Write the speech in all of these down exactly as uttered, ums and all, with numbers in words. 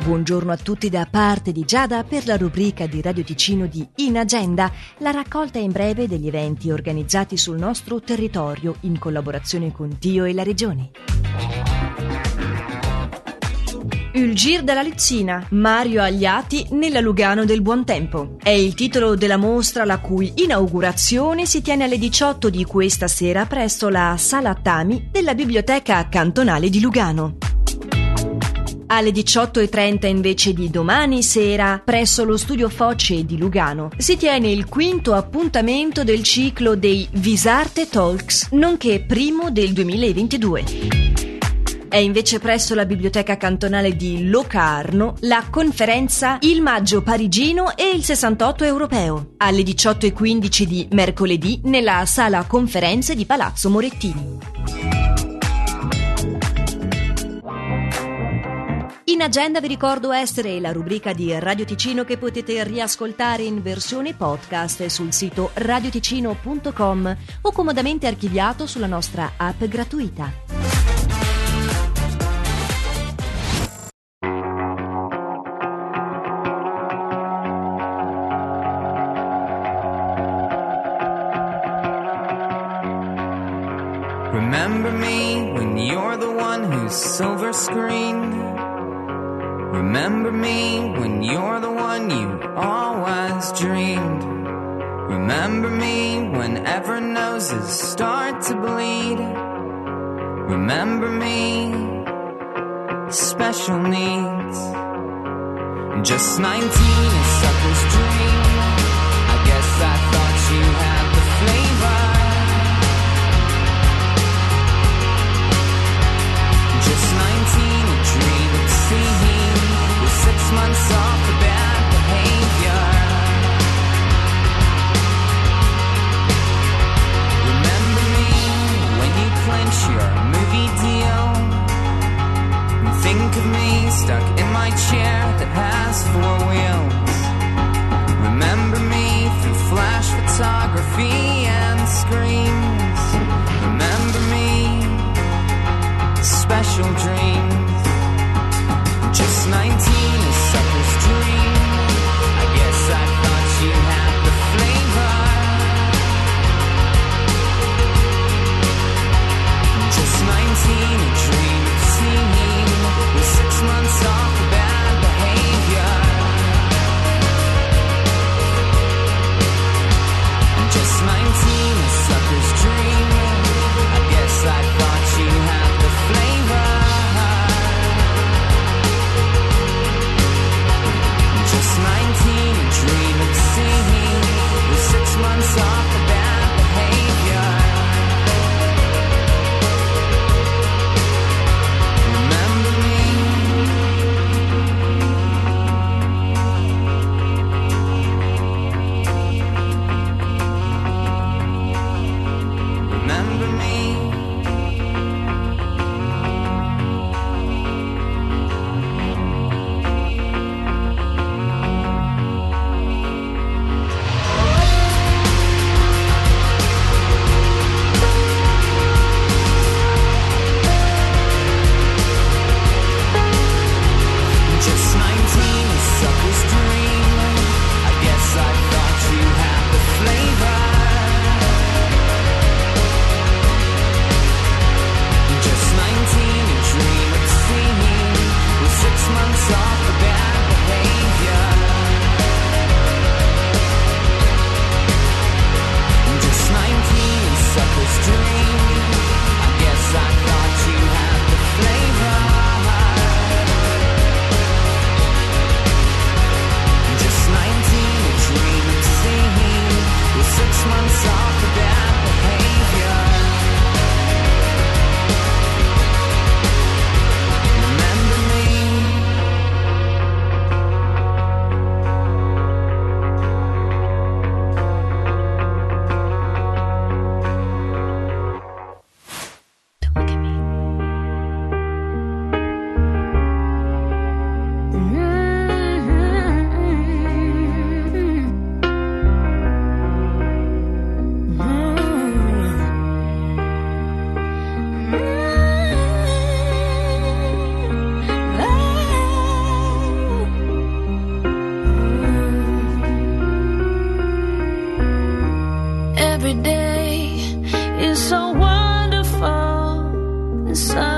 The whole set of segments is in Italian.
Buongiorno a tutti da parte di Giada per la rubrica di Radio Ticino di In Agenda, la raccolta in breve degli eventi organizzati sul nostro territorio in collaborazione con Dio e la Regione. Il Gir della Lizzina, Mario Agliati nella Lugano del Buon Tempo. È il titolo della mostra la cui inaugurazione si tiene alle diciotto di questa sera presso la Sala Tami della Biblioteca Cantonale di Lugano. Alle diciotto e trenta invece di domani sera, presso lo Studio Foce di Lugano, si tiene il quinto appuntamento del ciclo dei Visarte Talks, nonché primo del duemilaventidue. È invece presso la Biblioteca Cantonale di Locarno la conferenza Il Maggio Parigino e il sessantotto Europeo, alle diciotto e quindici di mercoledì nella Sala Conferenze di Palazzo Morettini. In Agenda vi ricordo essere la rubrica di Radio Ticino che potete riascoltare in versione podcast sul sito radioticino punto com o comodamente archiviato sulla nostra app gratuita. Remember me when you're the one who's silver screened. Remember me when you're the one you always dreamed. Remember me whenever noses start to bleed. Remember me, special needs. Just nineteen, a sucker's dream. I guess I thought you had the flavor. Just nineteen, a dream of seeing with six months off for bad behavior. Remember me when you clench your movie deal. And think of me stuck in my chair that has four wheels. Remember me through flash photography and screens. Remember me, special dreams. Just nineteen, a sucker's dream. I guess I thought you had the flavor. Just nineteen, a dream of seeing with six months off the bad behavior. Just nineteen, a sucker's dream. I guess I thought you had the flavor.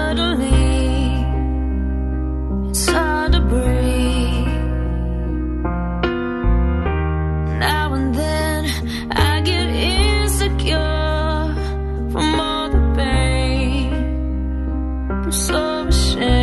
suddenly it's hard to breathe. Now and then I get insecure from all the pain. I'm so ashamed.